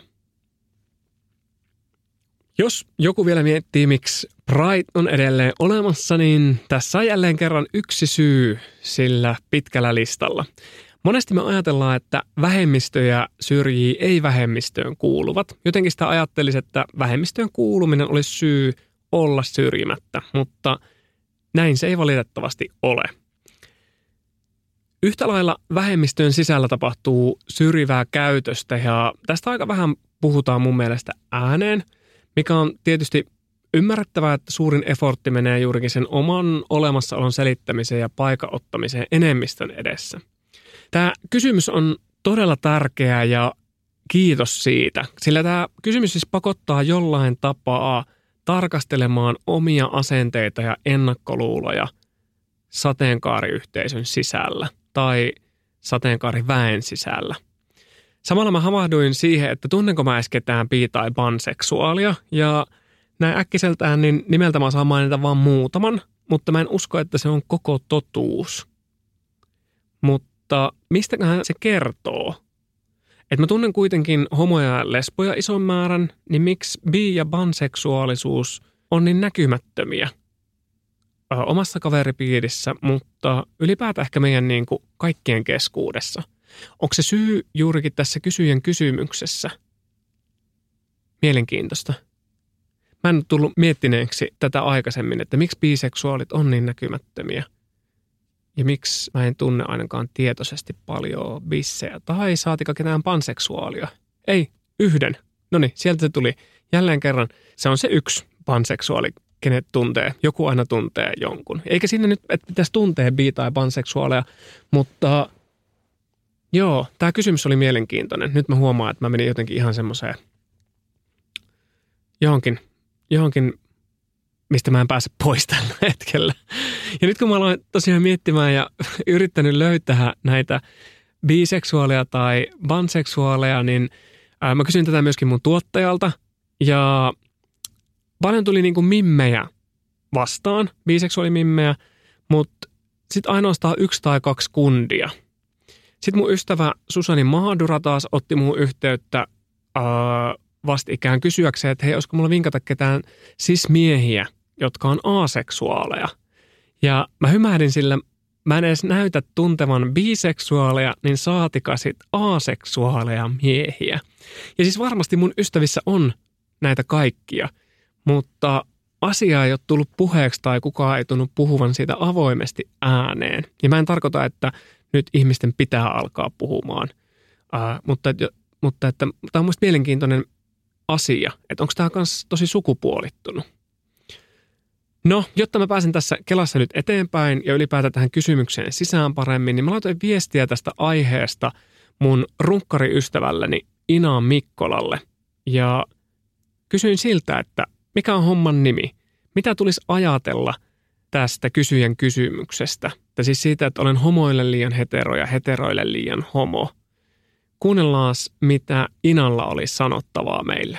Jos joku vielä miettii, miksi Pride on edelleen olemassa, niin tässä on jälleen kerran yksi syy sillä pitkällä listalla. Monesti me ajatellaan, että vähemmistöjä syrjii ei-vähemmistöön kuuluvat. Jotenkin sitä ajattelisi, että vähemmistöön kuuluminen olisi syy olla syrjimättä, mutta näin se ei valitettavasti ole. Yhtä lailla vähemmistöön sisällä tapahtuu syrjivää käytöstä ja tästä aika vähän puhutaan mun mielestä ääneen, mikä on tietysti ymmärrettävää, että suurin effortti menee juurikin sen oman olemassaolon selittämiseen ja paikan ottamiseen enemmistön edessä. Tämä kysymys on todella tärkeä ja kiitos siitä, sillä tämä kysymys siis pakottaa jollain tapaa tarkastelemaan omia asenteita ja ennakkoluuloja sateenkaariyhteisön sisällä tai sateenkaariväen sisällä. Samalla mä havahduin siihen, että tunnenko mä edes ketään bi- tai panseksuaalia ja näin äkkiseltään niin nimeltä mä saan mainita vaan muutaman, mutta mä en usko, että se on koko totuus. Mutta mistäköhän se kertoo? Että mä tunnen kuitenkin homoja ja lesboja ison määrän, niin miksi bi- ja panseksuaalisuus on niin näkymättömiä omassa kaveripiirissä, mutta ylipäätään ehkä meidän niin kuin kaikkien keskuudessa. Onko se syy juurikin tässä kysyjän kysymyksessä? Mielenkiintoista. Mä en tullut miettineeksi tätä aikaisemmin, että miksi biseksuaalit on niin näkymättömiä. Ja miksi mä en tunne ainakaan tietoisesti paljon bissejä tai saatika ketään panseksuaalia. Ei, yhden. Noniin, sieltä se tuli. Jälleen kerran se on se yksi panseksuaali, kenet tuntee. Joku aina tuntee jonkun. Eikä siinä nyt, että pitäisi tuntea bi- tai panseksuaaleja, mutta joo, tämä kysymys oli mielenkiintoinen. Nyt mä huomaan, että mä menin jotenkin ihan semmoiseen johonkin, mistä mä en pääse pois tällä hetkellä. Ja nyt kun mä aloin tosiaan miettimään ja yrittänyt löytää näitä biseksuaaleja tai panseksuaaleja, niin mä kysyin tätä myöskin mun tuottajalta. Ja paljon tuli niinku mimmejä vastaan, biseksuaalimimmejä, mutta sitten ainoastaan 1 tai 2 kundia. Sitten mun ystävä Susani Mahadura taas otti mun yhteyttä vastikään kysyäkseen, että hei, olisiko mulla vinkata ketään cis-miehiä, jotka on aseksuaaleja. Ja mä hymähdin sillä mä en edes näytä tuntevan biseksuaaleja, niin saatika sit aseksuaaleja miehiä. Ja siis varmasti mun ystävissä on näitä kaikkia, mutta asia ei ole tullut puheeksi tai kukaan ei tunnu puhuvan siitä avoimesti ääneen. Ja mä en tarkoita, että nyt ihmisten pitää alkaa puhumaan, mutta että tämä on musta mielenkiintoinen asia, että onko tämä myös tosi sukupuolittunut. No, jotta mä pääsen tässä kelassa nyt eteenpäin ja ylipäätään tähän kysymykseen sisään paremmin, niin mä laitoin viestiä tästä aiheesta mun runkkariystävälleni Ina Mikkolalle. Ja kysyin siltä, että mikä on homman nimi? Mitä tulisi ajatella tästä kysyjän kysymyksestä? Tai siis siitä, että olen homoille liian hetero ja heteroille liian homo. Kuunnellaan, mitä Inalla oli sanottavaa meille.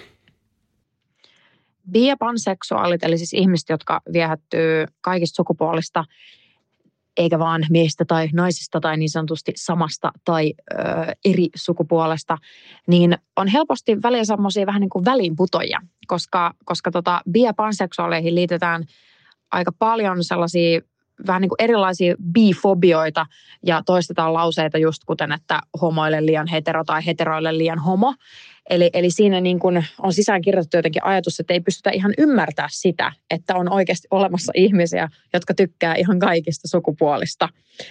Bi- ja panseksuaalit, eli siis ihmiset, jotka viehättyy kaikista sukupuolista, eikä vaan miehistä tai naisista tai niin sanotusti samasta tai eri sukupuolesta, niin on helposti välillä semmoisia vähän niin kuin väliinputoja, koska bi- ja panseksuaaleihin liitetään aika paljon sellaisia vähän niin kuin erilaisia bifobioita ja toistetaan lauseita just kuten, että homoille liian hetero tai heteroille liian homo. Eli siinä niin kuin on sisään kirjoitettu jotenkin ajatus, että ei pystytä ihan ymmärtää sitä, että on oikeasti olemassa ihmisiä, jotka tykkää ihan kaikista sukupuolista.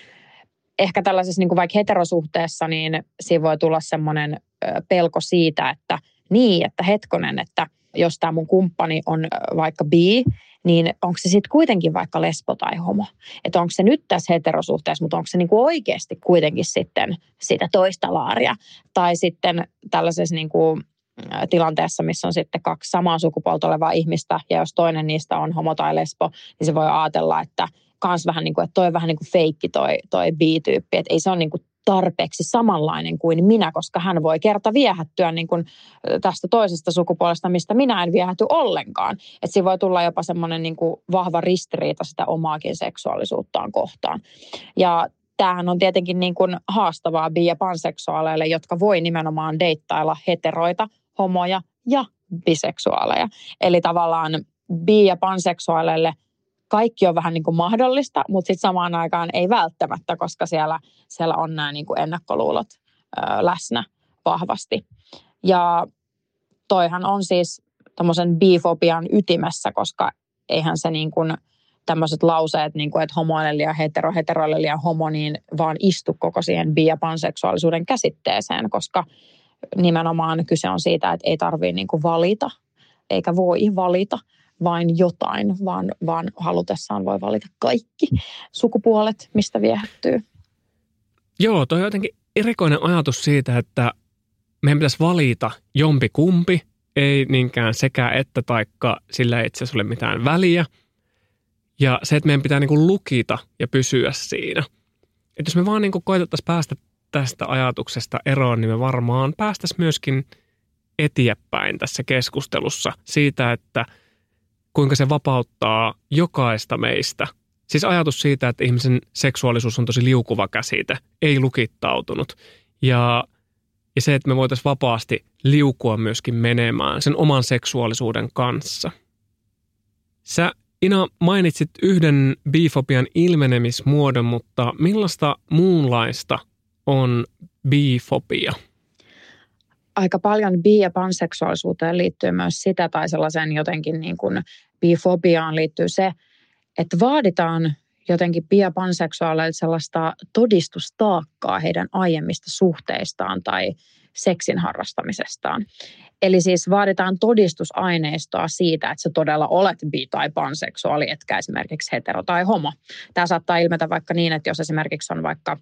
Ehkä tällaisessa niin kuin vaikka heterosuhteessa, niin siinä voi tulla semmoinen pelko siitä, että hetkonen, että jos tämä mun kumppani on vaikka bi, niin onko se sitten kuitenkin vaikka lesbo tai homo? Että onko se nyt tässä heterosuhteessa, mutta onko se niinku oikeasti kuitenkin sitten sitä toista laaria? Tai sitten tällaisessa niinku tilanteessa, missä on sitten kaksi samaa sukupuolta olevaa ihmistä, ja jos toinen niistä on homo tai lesbo, niin se voi ajatella, että kans vähän niin kuin, että toi on vähän niin kuin feikki toi bi-tyyppi, että ei se ole niin kuin tarpeeksi samanlainen kuin minä, koska hän voi kerta viehättyä niin kuin tästä toisesta sukupuolesta, mistä minä en viehäty ollenkaan. Että siinä voi tulla jopa semmoinen niin kuin vahva ristiriita sitä omaakin seksuaalisuuttaan kohtaan. Ja tämähän on tietenkin niin kuin haastavaa bi- ja panseksuaaleille, jotka voi nimenomaan deittailla heteroita, homoja ja biseksuaaleja. Eli tavallaan bi- ja panseksuaaleille kaikki on vähän niin kuin mahdollista, mutta sitten samaan aikaan ei välttämättä, koska siellä on nämä niin kuin ennakkoluulot läsnä vahvasti. Ja toihan on siis tämmöisen bifobian ytimessä, koska eihän se niin kuin tämmöiset lauseet, niin kuin, että homoille liian hetero, heteroille liian homo, niin vaan istu koko siihen bi- ja panseksuaalisuuden käsitteeseen, koska nimenomaan kyse on siitä, että ei tarvitse niin kuin valita, eikä voi valita vain jotain, vaan halutessaan voi valita kaikki sukupuolet, mistä viehättyy. Joo, toi on jotenkin erikoinen ajatus siitä, että meidän pitäisi valita jompi kumpi, ei niinkään sekä että taikka sillä ei itse asiassa ole mitään väliä. Ja se, että meidän pitää niin kuin lukita ja pysyä siinä. Että jos me vaan niin kuin koitettaisiin päästä tästä ajatuksesta eroon, niin me varmaan päästäisiin myöskin eteenpäin tässä keskustelussa siitä, että kuinka se vapauttaa jokaista meistä. Siis ajatus siitä, että ihmisen seksuaalisuus on tosi liukuva käsite, ei lukittautunut. Ja se, että me voitaisiin vapaasti liukua myöskin menemään sen oman seksuaalisuuden kanssa. Sä, Ina, mainitsit yhden bifobian ilmenemismuodon, mutta millaista muunlaista on bifobia? Aika paljon bi- ja panseksuaalisuuteen liittyy myös sitä, tai sellaisen jotenkin niin kuin bifobiaan liittyy se, että vaaditaan jotenkin bi- ja panseksuaaleilta sellaista todistustaakkaa heidän aiemmista suhteistaan tai seksin harrastamisestaan. Eli siis vaaditaan todistusaineistoa siitä, että sä todella olet bi- tai panseksuaali, etkä esimerkiksi hetero tai homo. Tämä saattaa ilmetä vaikka niin, että jos esimerkiksi on vaikka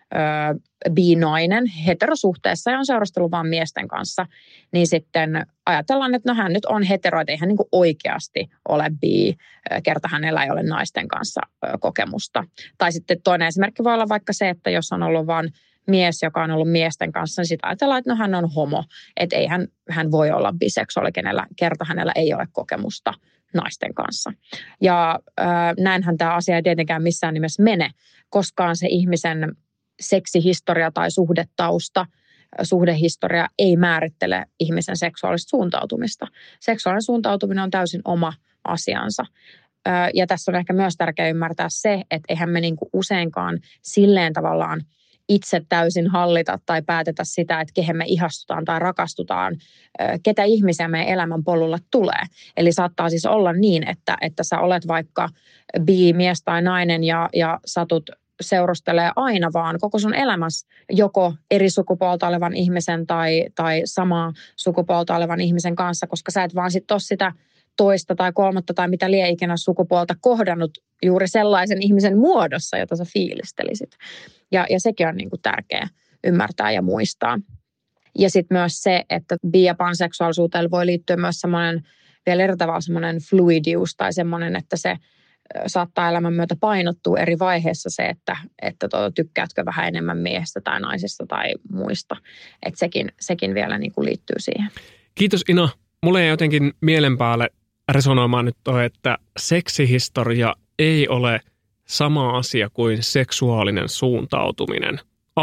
bi-nainen heterosuhteessa ja on seurustellut vain miesten kanssa, niin sitten ajatellaan, että no hän nyt on hetero, että ei hän niin kuin oikeasti ole bi, kerta hänellä ei ole naisten kanssa kokemusta. Tai sitten toinen esimerkki voi olla vaikka se, että jos on ollut vain mies, joka on ollut miesten kanssa, niin sitten ajatellaan, että no hän on homo, että ei hän voi olla biseksuaali, kerta hänellä ei ole kokemusta naisten kanssa. Ja näinhän tämä asia ei tietenkään missään nimessä mene, koskaan se ihmisen seksihistoria tai suhdetausta, suhdehistoria ei määrittele ihmisen seksuaalista suuntautumista. Seksuaalinen suuntautuminen on täysin oma asiansa. Ja tässä on ehkä myös tärkeää ymmärtää se, että eihän me niinku useinkaan silleen tavallaan itse täysin hallita tai päätetä sitä, että kehen me ihastutaan tai rakastutaan, ketä ihmisiä meidän elämän polulle tulee. Eli saattaa siis olla niin, että sä olet vaikka mies tai nainen ja satut seurustelee aina vaan koko sun elämässä joko eri sukupuolta olevan ihmisen tai samaa sukupuolta olevan ihmisen kanssa, koska sä et vaan sit ole sitä toista tai kolmatta tai mitä lie ikinä sukupuolta kohdannut juuri sellaisen ihmisen muodossa, jota sä fiilistelisit. Ja sekin on niin kuin tärkeä ymmärtää ja muistaa. Ja sitten myös se, että bi- ja panseksuaalisuuteen voi liittyä myös semmoinen vielä eri tavalla semmoinen fluidius tai semmoinen, että se saattaa elämän myötä painottua eri vaiheessa se, että tykkäätkö vähän enemmän miehestä tai naisesta tai muista. Että sekin vielä niin kuin liittyy siihen. Kiitos Ina. Mulle ei jotenkin mielen päälle resonoimaan nyt toi, että seksihistoria ei ole sama asia kuin seksuaalinen suuntautuminen.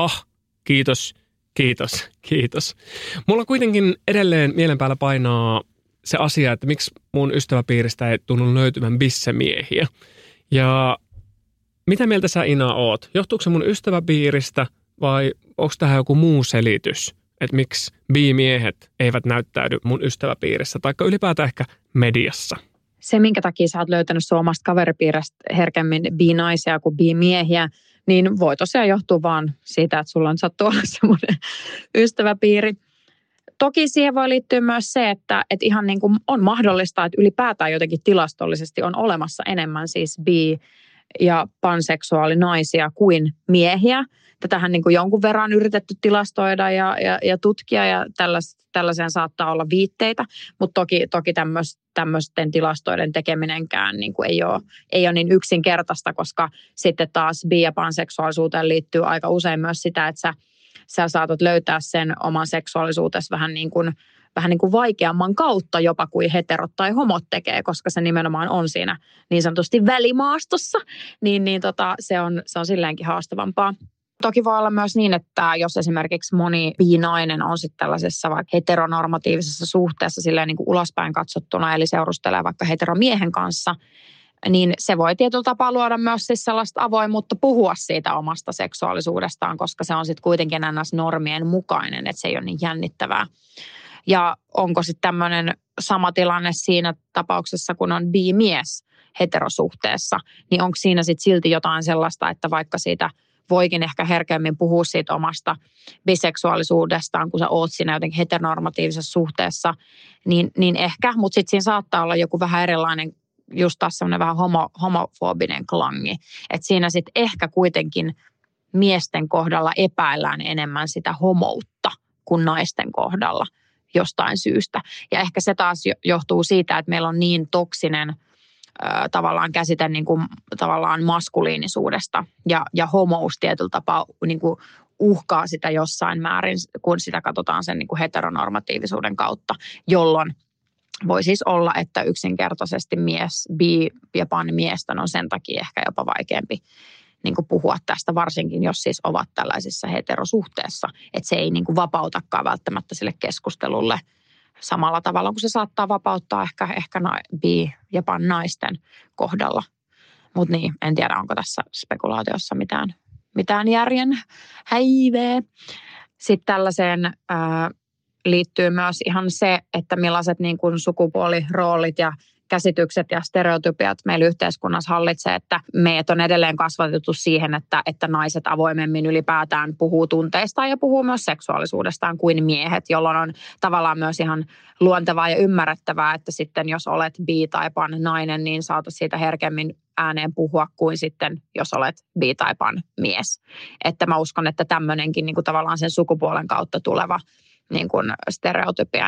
Kiitos. Mulla kuitenkin edelleen mielen päällä painaa se asia, että miksi mun ystäväpiiristä ei tunnu löytyvän bissemiehiä. Ja mitä mieltä sä Ina oot? Johtuuko se mun ystäväpiiristä vai onko tähän joku muu selitys? Että miksi bi-miehet eivät näyttäydy mun ystäväpiirissä tai ylipäätään ehkä mediassa? Se, minkä takia sä oot löytänyt sun omasta kaveripiiristä herkemmin bi-naisia kuin bi-miehiä, niin voi tosiaan johtua vaan siitä, että sulla on sattu olla semmoinen ystäväpiiri. Toki siihen voi liittyä myös se, että ihan niin kuin on mahdollista, että ylipäätään jotenkin tilastollisesti on olemassa enemmän siis bi- ja panseksuaalinaisia kuin miehiä. Tätähän niin kuin jonkun verran yritetty tilastoida ja tutkia ja tällaiseen saattaa olla viitteitä, mutta toki tämmöisten tilastoiden tekeminenkään niin kuin ei ole niin yksinkertaista, koska sitten taas bi- ja panseksuaalisuuteen liittyy aika usein myös sitä, että sä saatat löytää sen oman seksuaalisuutesi vähän niin kuin vaikeamman kautta jopa kuin heterot tai homot tekee, koska se nimenomaan on siinä niin sanotusti välimaastossa, se on silleenkin haastavampaa. Toki voi olla myös niin, että jos esimerkiksi moni bi-nainen on sitten tällaisessa vaikka heteronormatiivisessa suhteessa silleen niin kuin ulospäin katsottuna, eli seurustelee vaikka heteromiehen kanssa, niin se voi tietyllä tapaa luoda myös siis sellaista avoimuutta puhua siitä omasta seksuaalisuudestaan, koska se on sitten kuitenkin NS-normien mukainen, että se ei ole niin jännittävää. Ja onko sitten tämmöinen sama tilanne siinä tapauksessa, kun on bi-mies heterosuhteessa, niin onko siinä sitten silti jotain sellaista, että vaikka siitä voikin ehkä herkemmin puhua siitä omasta biseksuaalisuudestaan, kun sä oot siinä jotenkin heteronormatiivisessa suhteessa, niin ehkä, mutta sitten siinä saattaa olla joku vähän erilainen, just taas semmoinen vähän homofobinen klangi. Että siinä sitten ehkä kuitenkin miesten kohdalla epäillään enemmän sitä homoutta kuin naisten kohdalla jostain syystä. Ja ehkä se taas johtuu siitä, että meillä on niin toksinen tavallaan käsite niin kuin, tavallaan maskuliinisuudesta ja homous tietyllä tapaa niin kuin uhkaa sitä jossain määrin, kun sitä katsotaan sen niin kuin heteronormatiivisuuden kautta, jolloin voi siis olla, että yksinkertaisesti bi- ja pan-miesten on sen takia ehkä jopa vaikeampi niin kuin puhua tästä, varsinkin jos siis ovat tällaisessa heterosuhteessa, että se ei niin kuin vapautakaan välttämättä sille keskustelulle samalla tavalla kuin se saattaa vapauttaa ehkä bi- ja pan-naisten kohdalla. Mutta niin, en tiedä, onko tässä spekulaatiossa mitään järjen häiveä. Sitten tällaiseen liittyy myös ihan se, että millaiset niin kuin sukupuoliroolit ja käsitykset ja stereotypiat meillä yhteiskunnassa hallitsee, että meidät on edelleen kasvatettu siihen, että naiset avoimemmin ylipäätään puhuu tunteistaan ja puhuu myös seksuaalisuudestaan kuin miehet, jolloin on tavallaan myös ihan luontevaa ja ymmärrettävää, että sitten jos olet bi- tai pan-nainen, niin saatat siitä herkemmin ääneen puhua kuin sitten, jos olet bi- tai pan-mies. Että mä uskon, että tämmöinenkin niin kuin tavallaan sen sukupuolen kautta tuleva niin kuin stereotypia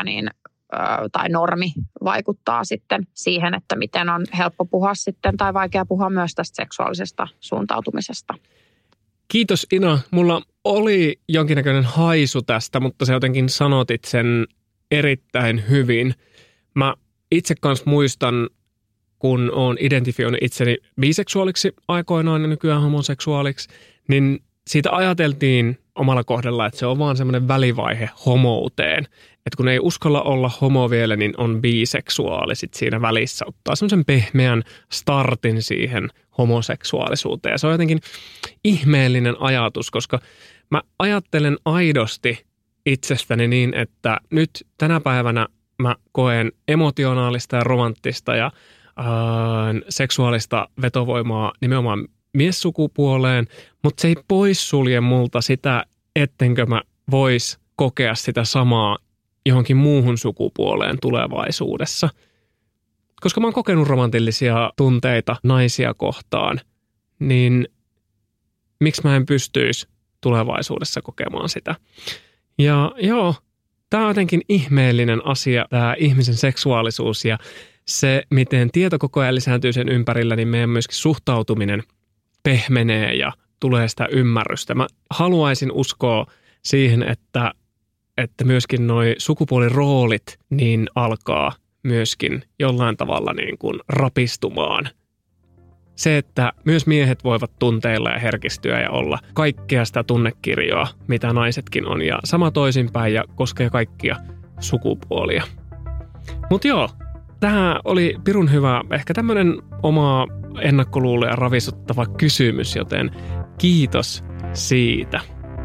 tai normi vaikuttaa sitten siihen, että miten on helppo puhua sitten tai vaikea puhua myös tästä seksuaalisesta suuntautumisesta. Kiitos Ina. Mulla oli jonkinnäköinen haisu tästä, mutta sä jotenkin sanotit sen erittäin hyvin. Mä itse kanssa muistan, kun oon identifioinut itseni biseksuaaliksi aikoinaan ja nykyään homoseksuaaliksi, niin siitä ajateltiin omalla kohdalla, että se on vaan semmoinen välivaihe homouteen. Että kun ei uskalla olla homo vielä, niin on biseksuaali sit siinä välissä. Ottaa semmoisen pehmeän startin siihen homoseksuaalisuuteen. Ja se on jotenkin ihmeellinen ajatus, koska mä ajattelen aidosti itsestäni niin, että nyt tänä päivänä mä koen emotionaalista ja romanttista ja seksuaalista vetovoimaa nimenomaan miessukupuoleen, mutta se ei poissulje multa sitä, ettenkö mä vois kokea sitä samaa johonkin muuhun sukupuoleen tulevaisuudessa. Koska mä oon kokenut romantillisia tunteita naisia kohtaan, niin miksi mä en pystyisi tulevaisuudessa kokemaan sitä? Ja joo, tää on jotenkin ihmeellinen asia, tää ihmisen seksuaalisuus ja se, miten tieto koko ajan lisääntyy sen ympärillä, niin meidän myöskin suhtautuminen pehmenee ja tulee sitä ymmärrystä. Mä haluaisin uskoa siihen, että myöskin noi sukupuoliroolit niin alkaa myöskin jollain tavalla niin kuin rapistumaan. Se, että myös miehet voivat tunteilla ja herkistyä ja olla kaikkea sitä tunnekirjoa, mitä naisetkin on. Ja sama toisinpäin ja koskee kaikkia sukupuolia. Mutta joo, tämä oli pirun hyvä, ehkä tämmöinen oma ennakkoluulo ja ravisuttava kysymys, joten kiitos siitä.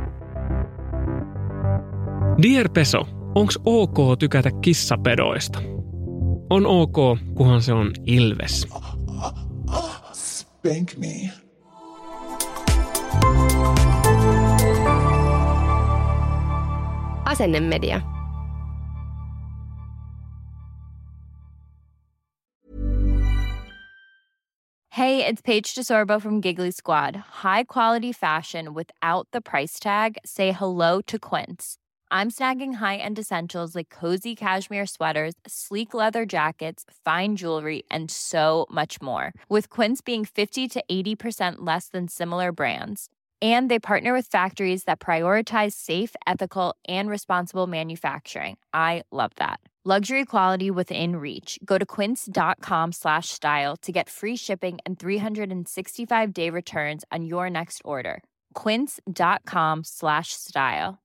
Dear Peso, onks ok tykätä kissapedoista? On ok, kunhan se on ilves. Spank me. Asennemedia. Hey, it's Paige DeSorbo from Giggly Squad. High quality fashion without the price tag. Say hello to Quince. I'm snagging high-end essentials like cozy cashmere sweaters, sleek leather jackets, fine jewelry, and so much more. With Quince being 50 to 80% less than similar brands. And they partner with factories that prioritize safe, ethical, and responsible manufacturing. I love that. Luxury quality within reach. Go to quince.com/style to get free shipping and 365-day returns on your next order. Quince.com/style.